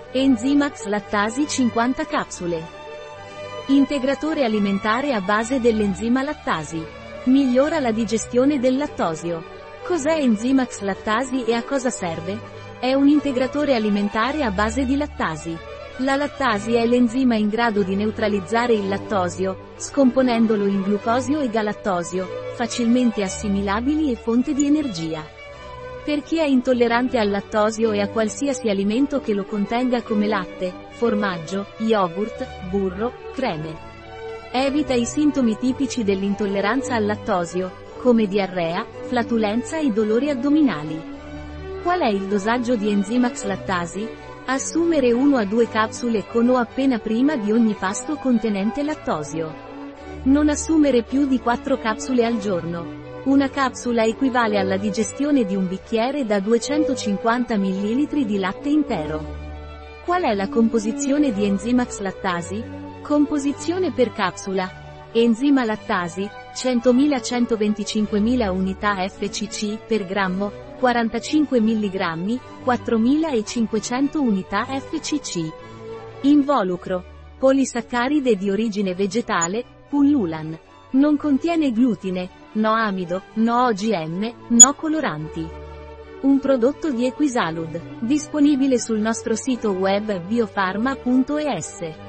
Enzimax Lattasi 50 capsule. Integratore alimentare a base dell'enzima lattasi. Migliora la digestione del lattosio. Cos'è Enzimax Lattasi e a cosa serve? È un integratore alimentare a base di lattasi. La lattasi è l'enzima in grado di neutralizzare il lattosio, scomponendolo in glucosio e galattosio, facilmente assimilabili e fonte di energia. Per chi è intollerante al lattosio e a qualsiasi alimento che lo contenga come latte, formaggio, yogurt, burro, creme. Evita i sintomi tipici dell'intolleranza al lattosio, come diarrea, flatulenza e dolori addominali. Qual è il dosaggio di Enzimax Lattasi? Assumere 1 a 2 capsule con o appena prima di ogni pasto contenente lattosio. Non assumere più di 4 capsule al giorno. Una capsula equivale alla digestione di un bicchiere da 250 ml di latte intero. Qual è la composizione di Enzimax Lattasi? Composizione per capsula. Enzima lattasi, 100.000-125.000 unità FCC per grammo, 45 mg, 4.500 unità FCC. Involucro. Polisaccaride di origine vegetale, pullulan. Non contiene glutine, no amido, no OGM, no coloranti. Un prodotto di Equisalud, disponibile sul nostro sito web biofarma.es.